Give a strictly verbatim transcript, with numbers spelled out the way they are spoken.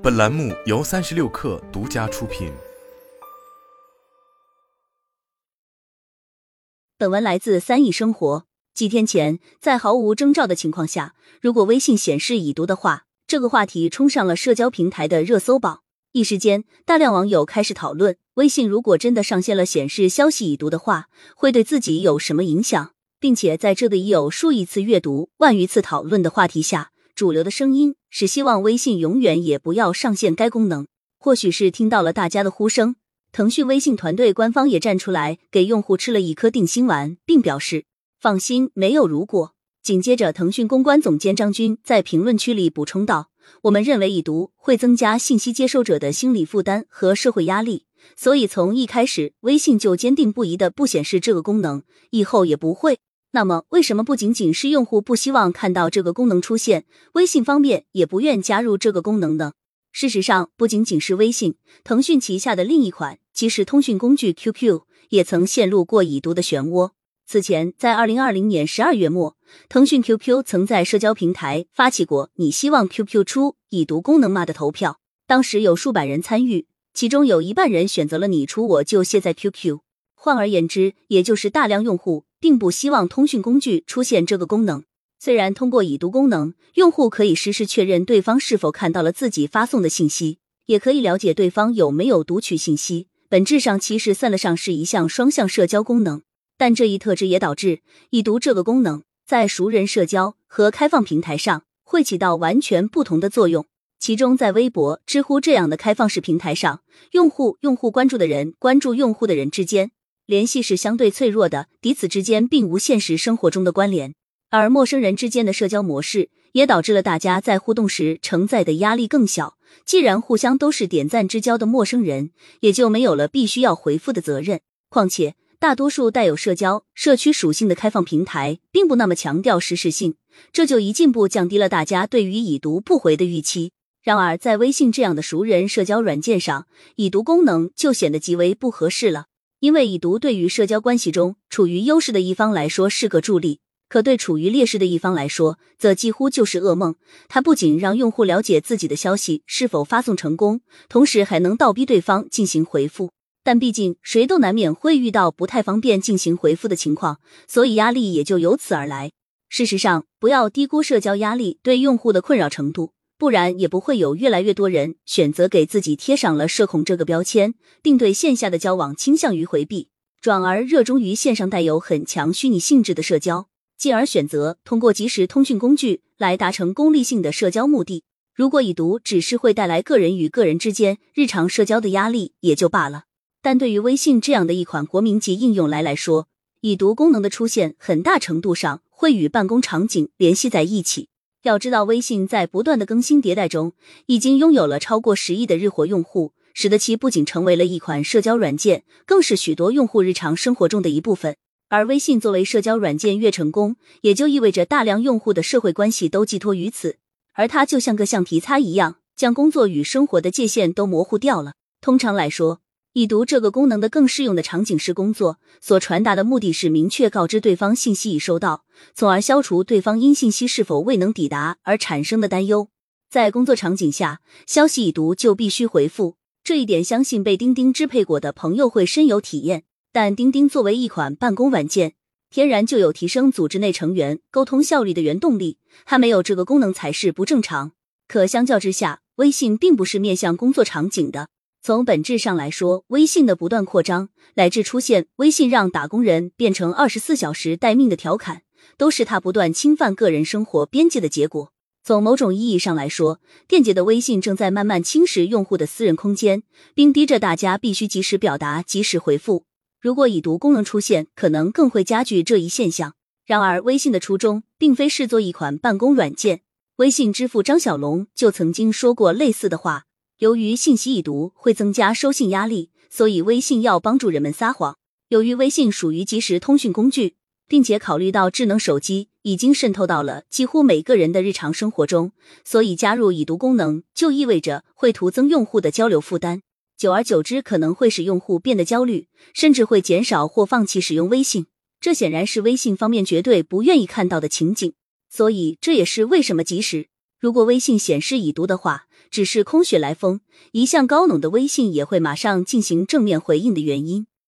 本栏目由三十六氪独家出品。 本文来自三亿生活。几天前，在毫无征兆的情况下，如果微信显示已读的话，这个话题冲上了社交平台的热搜榜。一时间，大量网友开始讨论，微信如果真的上线了显示消息已读的话，会对自己有什么影响？并且在这个已有数亿次阅读、万余次讨论的话题下，主流的声音是希望微信永远也不要上线该功能。或许是听到了大家的呼声，腾讯微信团队官方也站出来给用户吃了一颗定心丸，并表示放心，没有如果。紧接着，腾讯公关总监张军在评论区里补充道，我们认为已读会增加信息接收者的心理负担和社会压力，所以从一开始微信就坚定不移的不显示这个功能，以后也不会。那么为什么不仅仅是用户不希望看到这个功能出现，微信方面也不愿加入这个功能呢？事实上，不仅仅是微信，腾讯旗下的另一款即时通讯工具 Q Q 也曾陷入过已读的漩涡。此前，在二零二零年十二月末，腾讯 Q Q 曾在社交平台发起过你希望 Q Q 出已读功能吗的投票，当时有数百人参与，其中有一半人选择了你出我就卸载 Q Q。换而言之，也就是大量用户并不希望通讯工具出现这个功能。虽然通过已读功能，用户可以实时确认对方是否看到了自己发送的信息，也可以了解对方有没有读取信息，本质上其实算得上是一项双向社交功能。但这一特质也导致已读这个功能在熟人社交和开放平台上会起到完全不同的作用。其中在微博、知乎这样的开放式平台上，用户用户关注的人关注用户的人之间联系是相对脆弱的，彼此之间并无现实生活中的关联。而陌生人之间的社交模式也导致了大家在互动时承载的压力更小，既然互相都是点赞之交的陌生人，也就没有了必须要回复的责任。况且大多数带有社交社区属性的开放平台并不那么强调实时性，这就一进步降低了大家对于已读不回的预期。然而在微信这样的熟人社交软件上，已读功能就显得极为不合适了。因为已读对于社交关系中处于优势的一方来说是个助力，可对处于劣势的一方来说则几乎就是噩梦。它不仅让用户了解自己的消息是否发送成功，同时还能倒逼对方进行回复。但毕竟谁都难免会遇到不太方便进行回复的情况，所以压力也就由此而来。事实上，不要低估社交压力对用户的困扰程度，不然也不会有越来越多人选择给自己贴上了社恐这个标签，并对线下的交往倾向于回避，转而热衷于线上带有很强虚拟性质的社交，进而选择通过即时通讯工具来达成功利性的社交目的。如果已读只是会带来个人与个人之间日常社交的压力也就罢了，但对于微信这样的一款国民级应用来来说，已读功能的出现很大程度上会与办公场景联系在一起。要知道，微信在不断的更新迭代中，已经拥有了超过十亿的日活用户，使得其不仅成为了一款社交软件，更是许多用户日常生活中的一部分。而微信作为社交软件越成功，也就意味着大量用户的社会关系都寄托于此，而它就像个橡皮擦一样，将工作与生活的界限都模糊掉了。通常来说，已读这个功能的更适用的场景是工作，所传达的目的是明确告知对方信息已收到，从而消除对方因信息是否未能抵达而产生的担忧。在工作场景下，消息已读就必须回复，这一点相信被钉钉支配过的朋友会深有体验。但钉钉作为一款办公软件，天然就有提升组织内成员沟通效率的原动力，它没有这个功能才是不正常。可相较之下，微信并不是面向工作场景的。从本质上来说，微信的不断扩张，乃至出现微信让打工人变成二十四小时待命的调侃，都是它不断侵犯个人生活边界的结果。从某种意义上来说，电解的微信正在慢慢侵蚀用户的私人空间，并逼着大家必须及时表达、及时回复。如果已读功能出现，可能更会加剧这一现象。然而，微信的初衷并非视作一款办公软件。微信之父张小龙就曾经说过类似的话。由于信息已读会增加收信压力，所以微信要帮助人们撒谎。由于微信属于即时通讯工具，并且考虑到智能手机已经渗透到了几乎每个人的日常生活中，所以加入已读功能就意味着会徒增用户的交流负担。久而久之可能会使用户变得焦虑，甚至会减少或放弃使用微信。这显然是微信方面绝对不愿意看到的情景。所以这也是为什么即使如果微信显示已读的话，只是空穴来风，一向高冷的微信也会马上进行正面回应的原因。